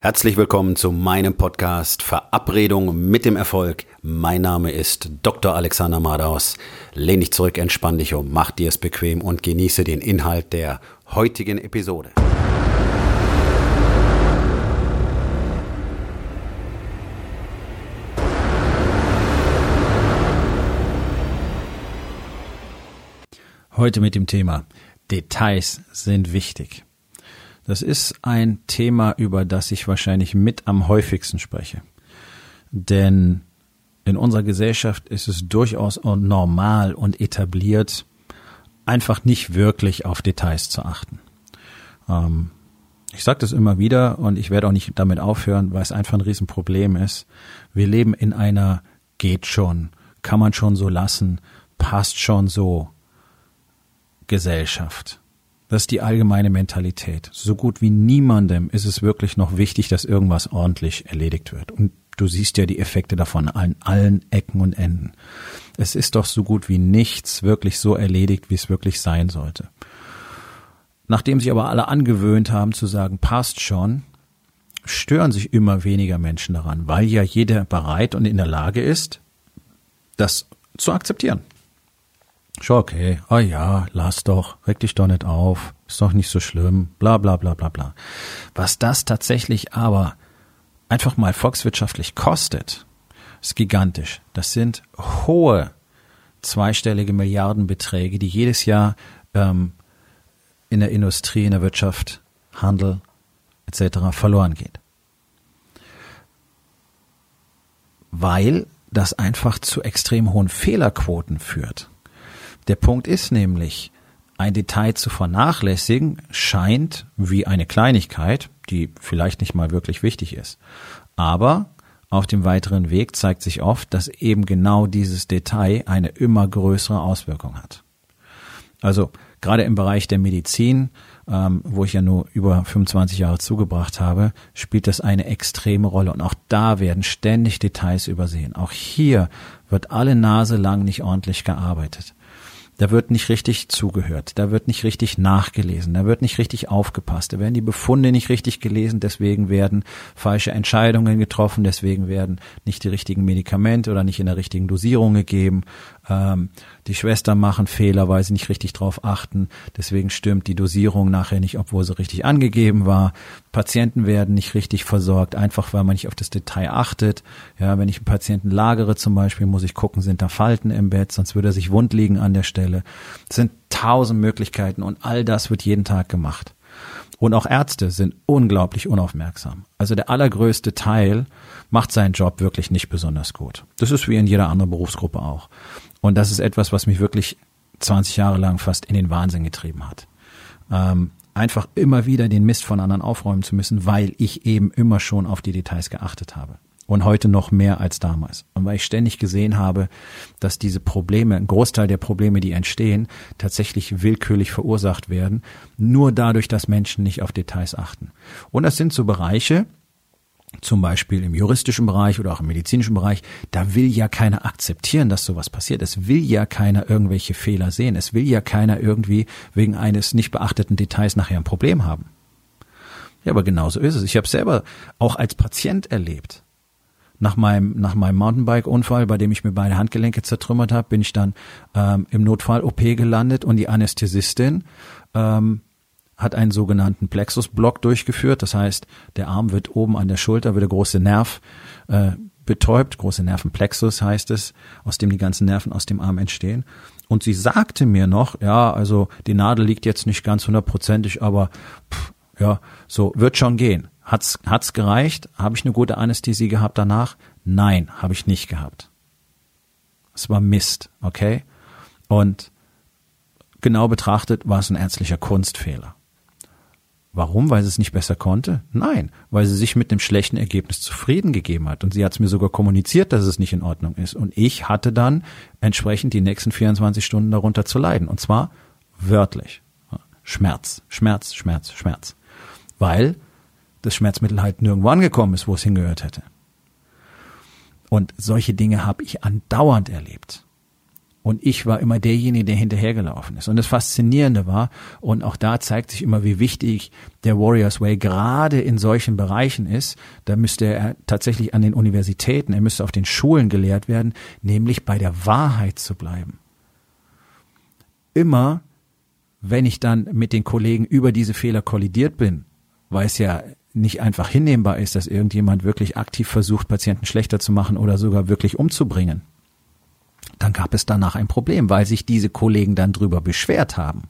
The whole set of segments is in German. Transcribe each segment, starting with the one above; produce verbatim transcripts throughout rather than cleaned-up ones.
Herzlich willkommen zu meinem Podcast Verabredung mit dem Erfolg. Mein Name ist Doktor Alexander Madaus. Lehn dich zurück, entspann dich um, mach dir es bequem und genieße den Inhalt der heutigen Episode. Heute mit dem Thema Details sind wichtig. Das ist ein Thema, über das ich wahrscheinlich mit am häufigsten spreche. Denn in unserer Gesellschaft ist es durchaus normal und etabliert, einfach nicht wirklich auf Details zu achten. Ähm, ich sage das immer wieder und ich werde auch nicht damit aufhören, weil es einfach ein Riesenproblem ist. Wir leben in einer geht schon, kann man schon so lassen, passt schon so Gesellschaft. Das ist die allgemeine Mentalität. So gut wie niemandem ist es wirklich noch wichtig, dass irgendwas ordentlich erledigt wird. Und du siehst ja die Effekte davon an allen Ecken und Enden. Es ist doch so gut wie nichts wirklich so erledigt, wie es wirklich sein sollte. Nachdem sich aber alle angewöhnt haben zu sagen, passt schon, stören sich immer weniger Menschen daran, weil ja jeder bereit und in der Lage ist, das zu akzeptieren. Schon okay, oh ja, lass doch, reg dich doch nicht auf, ist doch nicht so schlimm, bla bla bla bla bla. Was das tatsächlich aber einfach mal volkswirtschaftlich kostet, ist gigantisch. Das sind hohe zweistellige Milliardenbeträge, die jedes Jahr ähm, in der Industrie, in der Wirtschaft, Handel et cetera verloren geht. Weil das einfach zu extrem hohen Fehlerquoten führt. Der Punkt ist nämlich, ein Detail zu vernachlässigen scheint wie eine Kleinigkeit, die vielleicht nicht mal wirklich wichtig ist. Aber auf dem weiteren Weg zeigt sich oft, dass eben genau dieses Detail eine immer größere Auswirkung hat. Also gerade im Bereich der Medizin, ähm, wo ich ja nur über fünfundzwanzig Jahre zugebracht habe, spielt das eine extreme Rolle. Und auch da werden ständig Details übersehen. Auch hier wird alle Nase lang nicht ordentlich gearbeitet. Da wird nicht richtig zugehört, da wird nicht richtig nachgelesen, da wird nicht richtig aufgepasst, da werden die Befunde nicht richtig gelesen, deswegen werden falsche Entscheidungen getroffen, deswegen werden nicht die richtigen Medikamente oder nicht in der richtigen Dosierung gegeben. Ähm, die Schwestern machen Fehler, weil sie nicht richtig drauf achten, deswegen stimmt die Dosierung nachher nicht, obwohl sie richtig angegeben war. Patienten werden nicht richtig versorgt, einfach weil man nicht auf das Detail achtet. Ja, wenn ich einen Patienten lagere zum Beispiel, muss ich gucken, sind da Falten im Bett, sonst würde er sich wund liegen an der Stelle. Es sind tausend Möglichkeiten und all das wird jeden Tag gemacht. Und auch Ärzte sind unglaublich unaufmerksam. Also der allergrößte Teil macht seinen Job wirklich nicht besonders gut. Das ist wie in jeder anderen Berufsgruppe auch. Und das ist etwas, was mich wirklich zwanzig Jahre lang fast in den Wahnsinn getrieben hat. Ähm, einfach immer wieder den Mist von anderen aufräumen zu müssen, weil ich eben immer schon auf die Details geachtet habe. Und heute noch mehr als damals. Und weil ich ständig gesehen habe, dass diese Probleme, ein Großteil der Probleme, die entstehen, tatsächlich willkürlich verursacht werden, nur dadurch, dass Menschen nicht auf Details achten. Und das sind so Bereiche, zum Beispiel im juristischen Bereich oder auch im medizinischen Bereich, da will ja keiner akzeptieren, dass sowas passiert. Es will ja keiner irgendwelche Fehler sehen. Es will ja keiner irgendwie wegen eines nicht beachteten Details nachher ein Problem haben. Ja, aber genauso ist es. Ich habe es selber auch als Patient erlebt. Nach meinem, nach meinem Mountainbike-Unfall, bei dem ich mir beide Handgelenke zertrümmert habe, bin ich dann ähm, im Notfall-O P gelandet und die Anästhesistin ähm, hat einen sogenannten Plexusblock durchgeführt. Das heißt, der Arm wird oben an der Schulter, wird der große Nerv äh, betäubt, große Nervenplexus heißt es, aus dem die ganzen Nerven aus dem Arm entstehen. Und sie sagte mir noch, ja, also die Nadel liegt jetzt nicht ganz hundertprozentig, aber pff, ja, so wird schon gehen. Hat's, hat's gereicht? Habe ich eine gute Anästhesie gehabt danach? Nein, habe ich nicht gehabt. Es war Mist, okay? Und genau betrachtet war es ein ärztlicher Kunstfehler. Warum? Weil sie es nicht besser konnte? Nein, weil sie sich mit dem schlechten Ergebnis zufrieden gegeben hat. Und sie hat es mir sogar kommuniziert, dass es nicht in Ordnung ist. Und ich hatte dann entsprechend die nächsten vierundzwanzig Stunden darunter zu leiden. Und zwar wörtlich. Schmerz, Schmerz, Schmerz, Schmerz. Weil das Schmerzmittel halt nirgendwo angekommen ist, wo es hingehört hätte. Und solche Dinge habe ich andauernd erlebt. Und ich war immer derjenige, der hinterhergelaufen ist. Und das Faszinierende war, und auch da zeigt sich immer, wie wichtig der Warriors Way gerade in solchen Bereichen ist, da müsste er tatsächlich an den Universitäten, er müsste auf den Schulen gelehrt werden, nämlich bei der Wahrheit zu bleiben. Immer, wenn ich dann mit den Kollegen über diese Fehler kollidiert bin, weil es ja nicht einfach hinnehmbar ist, dass irgendjemand wirklich aktiv versucht, Patienten schlechter zu machen oder sogar wirklich umzubringen, dann gab es danach ein Problem, weil sich diese Kollegen dann drüber beschwert haben.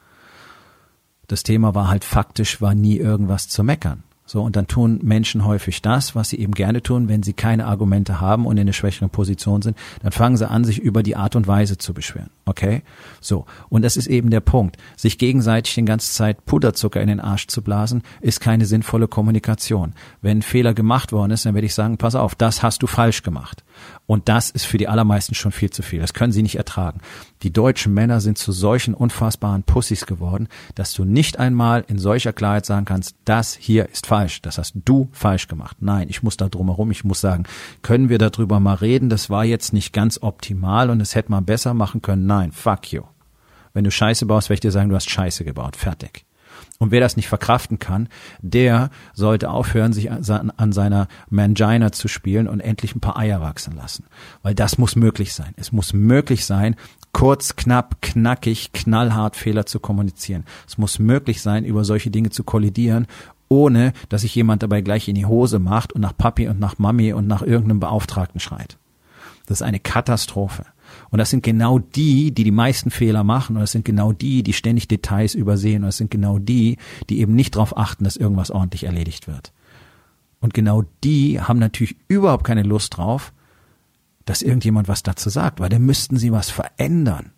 Das Thema war halt faktisch, war nie irgendwas zu meckern. So, und dann tun Menschen häufig das, was sie eben gerne tun, wenn sie keine Argumente haben und in einer schwächeren Position sind, dann fangen sie an, sich über die Art und Weise zu beschweren. Okay? So. Und das ist eben der Punkt. Sich gegenseitig die ganze Zeit Puderzucker in den Arsch zu blasen, ist keine sinnvolle Kommunikation. Wenn ein Fehler gemacht worden ist, dann werde ich sagen, pass auf, das hast du falsch gemacht. Und das ist für die allermeisten schon viel zu viel. Das können sie nicht ertragen. Die deutschen Männer sind zu solchen unfassbaren Pussys geworden, dass du nicht einmal in solcher Klarheit sagen kannst, das hier ist falsch, das hast du falsch gemacht. Nein, ich muss da drumherum, ich muss sagen, können wir darüber mal reden, das war jetzt nicht ganz optimal und es hätte man besser machen können. Nein, fuck you. Wenn du Scheiße baust, werde ich dir sagen, du hast Scheiße gebaut. Fertig. Und wer das nicht verkraften kann, der sollte aufhören, sich an seiner Mangina zu spielen und endlich ein paar Eier wachsen lassen. Weil das muss möglich sein. Es muss möglich sein, kurz, knapp, knackig, knallhart Fehler zu kommunizieren. Es muss möglich sein, über solche Dinge zu kollidieren, ohne dass sich jemand dabei gleich in die Hose macht und nach Papi und nach Mami und nach irgendeinem Beauftragten schreit. Das ist eine Katastrophe. Und das sind genau die, die die meisten Fehler machen. Und das sind genau die, die ständig Details übersehen. Und das sind genau die, die eben nicht darauf achten, dass irgendwas ordentlich erledigt wird. Und genau die haben natürlich überhaupt keine Lust drauf, dass irgendjemand was dazu sagt, weil dann müssten sie was verändern.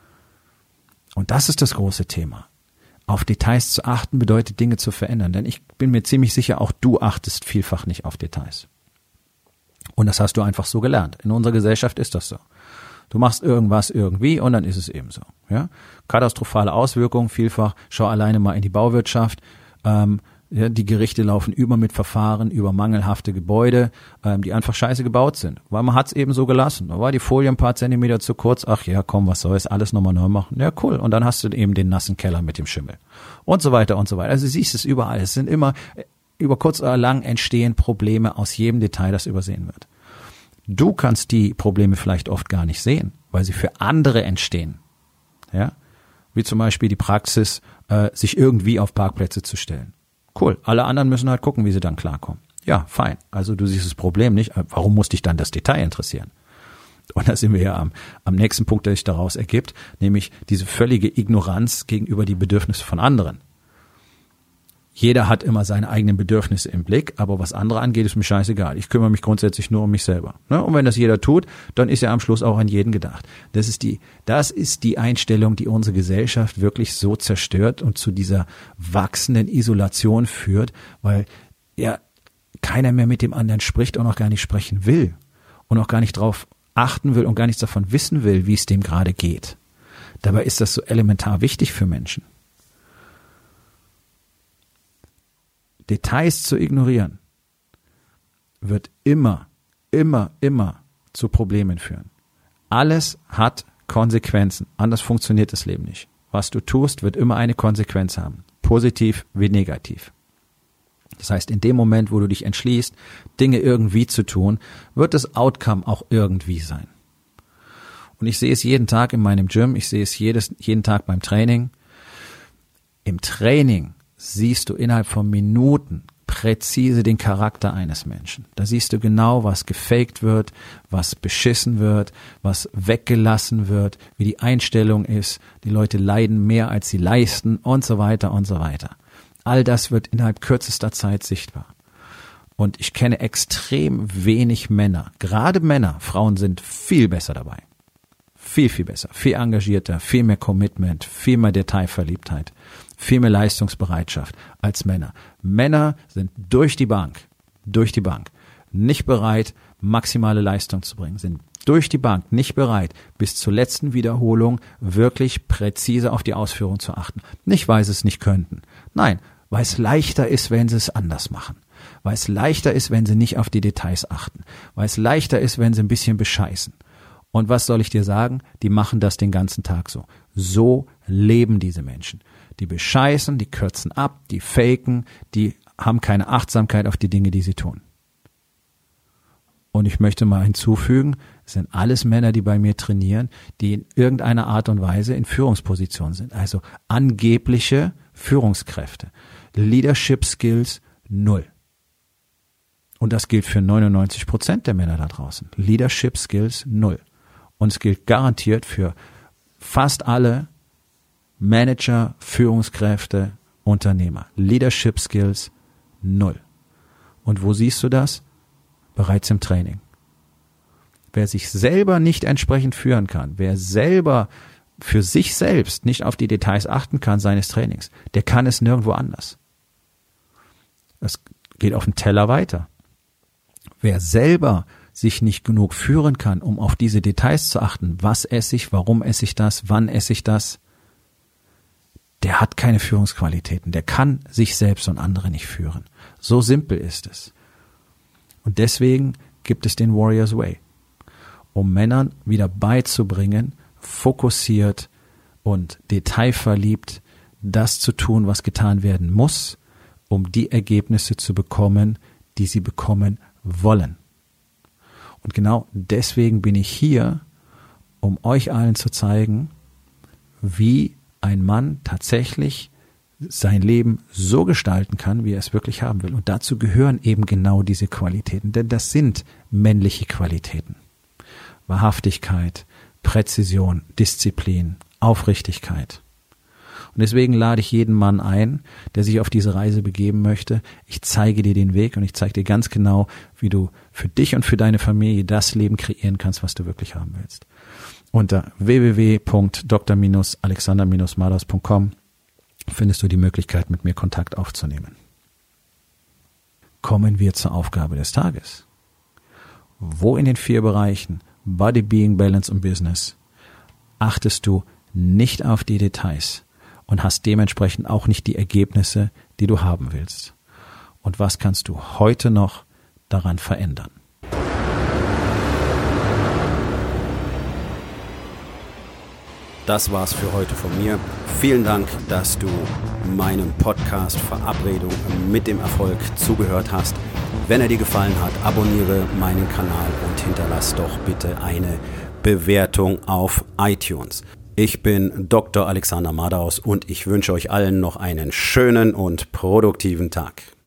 Und das ist das große Thema. Auf Details zu achten bedeutet, Dinge zu verändern. Denn ich bin mir ziemlich sicher, auch du achtest vielfach nicht auf Details. Und das hast du einfach so gelernt. In unserer Gesellschaft ist das so. Du machst irgendwas irgendwie und dann ist es eben so. Ja? Katastrophale Auswirkungen vielfach. Schau alleine mal in die Bauwirtschaft. Ähm, ja, die Gerichte laufen über mit Verfahren über mangelhafte Gebäude, ähm, die einfach scheiße gebaut sind. Weil man hat es eben so gelassen. Da war die Folie ein paar Zentimeter zu kurz. Ach ja, komm, was soll's, alles nochmal neu machen. Ja, cool. Und dann hast du eben den nassen Keller mit dem Schimmel. Und so weiter und so weiter. Also du siehst es überall. Es sind immer, über kurz oder lang entstehen Probleme aus jedem Detail, das übersehen wird. Du kannst die Probleme vielleicht oft gar nicht sehen, weil sie für andere entstehen. Ja, wie zum Beispiel die Praxis, äh, sich irgendwie auf Parkplätze zu stellen. Cool, alle anderen müssen halt gucken, wie sie dann klarkommen. Ja, fein. Also du siehst das Problem nicht. Warum muss dich dann das Detail interessieren? Und da sind wir ja am, am nächsten Punkt, der sich daraus ergibt, nämlich diese völlige Ignoranz gegenüber die Bedürfnisse von anderen. Jeder hat immer seine eigenen Bedürfnisse im Blick, aber was andere angeht, ist mir scheißegal. Ich kümmere mich grundsätzlich nur um mich selber. Und wenn das jeder tut, dann ist er am Schluss auch an jeden gedacht. Das ist die, das ist die Einstellung, die unsere Gesellschaft wirklich so zerstört und zu dieser wachsenden Isolation führt, weil ja keiner mehr mit dem anderen spricht und auch gar nicht sprechen will und auch gar nicht drauf achten will und gar nichts davon wissen will, wie es dem gerade geht. Dabei ist das so elementar wichtig für Menschen. Details zu ignorieren, wird immer, immer, immer zu Problemen führen. Alles hat Konsequenzen, anders funktioniert das Leben nicht. Was du tust, wird immer eine Konsequenz haben, positiv wie negativ. Das heißt, in dem Moment, wo du dich entschließt, Dinge irgendwie zu tun, wird das Outcome auch irgendwie sein. Und ich sehe es jeden Tag in meinem Gym, ich sehe es jedes, jeden Tag beim Training. Im Training siehst du innerhalb von Minuten präzise den Charakter eines Menschen. Da siehst du genau, was gefaked wird, was beschissen wird, was weggelassen wird, wie die Einstellung ist. Die Leute leiden mehr, als sie leisten und so weiter und so weiter. All das wird innerhalb kürzester Zeit sichtbar. Und ich kenne extrem wenig Männer, gerade Männer, Frauen sind viel besser dabei. Viel, viel besser, viel engagierter, viel mehr Commitment, viel mehr Detailverliebtheit. Viel mehr Leistungsbereitschaft als Männer. Männer sind durch die Bank, durch die Bank, nicht bereit, maximale Leistung zu bringen, sind durch die Bank nicht bereit, bis zur letzten Wiederholung wirklich präzise auf die Ausführung zu achten. Nicht, weil sie es nicht könnten. Nein, weil es leichter ist, wenn sie es anders machen. Weil es leichter ist, wenn sie nicht auf die Details achten. Weil es leichter ist, wenn sie ein bisschen bescheißen. Und was soll ich dir sagen? Die machen das den ganzen Tag so. So leben diese Menschen. Die bescheißen, die kürzen ab, die faken, die haben keine Achtsamkeit auf die Dinge, die sie tun. Und ich möchte mal hinzufügen, es sind alles Männer, die bei mir trainieren, die in irgendeiner Art und Weise in Führungspositionen sind. Also angebliche Führungskräfte. Leadership Skills null. Und das gilt für neunundneunzig Prozent der Männer da draußen. Leadership Skills null. Und es gilt garantiert für fast alle Manager, Führungskräfte, Unternehmer. Leadership Skills null. Und wo siehst du das? Bereits im Training. Wer sich selber nicht entsprechend führen kann, wer selber für sich selbst nicht auf die Details achten kann seines Trainings, der kann es nirgendwo anders. Es geht auf den Teller weiter. Wer selber sich nicht genug führen kann, um auf diese Details zu achten, was esse ich, warum esse ich das, wann esse ich das, der hat keine Führungsqualitäten, der kann sich selbst und andere nicht führen. So simpel ist es. Und deswegen gibt es den Warriors Way, um Männern wieder beizubringen, fokussiert und detailverliebt das zu tun, was getan werden muss, um die Ergebnisse zu bekommen, die sie bekommen wollen. Und genau deswegen bin ich hier, um euch allen zu zeigen, wie ein Mann tatsächlich sein Leben so gestalten kann, wie er es wirklich haben will. Und dazu gehören eben genau diese Qualitäten, denn das sind männliche Qualitäten. Wahrhaftigkeit, Präzision, Disziplin, Aufrichtigkeit. Und deswegen lade ich jeden Mann ein, der sich auf diese Reise begeben möchte. Ich zeige dir den Weg und ich zeige dir ganz genau, wie du für dich und für deine Familie das Leben kreieren kannst, was du wirklich haben willst. Unter w w w punkt d r alexander madaus punkt com findest du die Möglichkeit, mit mir Kontakt aufzunehmen. Kommen wir zur Aufgabe des Tages. Wo in den vier Bereichen Body, Being, Balance und Business achtest du nicht auf die Details und hast dementsprechend auch nicht die Ergebnisse, die du haben willst? Und was kannst du heute noch daran verändern? Das war's für heute von mir. Vielen Dank, dass du meinem Podcast Verabredung mit dem Erfolg zugehört hast. Wenn er dir gefallen hat, abonniere meinen Kanal und hinterlass doch bitte eine Bewertung auf iTunes. Ich bin Doktor Alexander Madaus und ich wünsche euch allen noch einen schönen und produktiven Tag.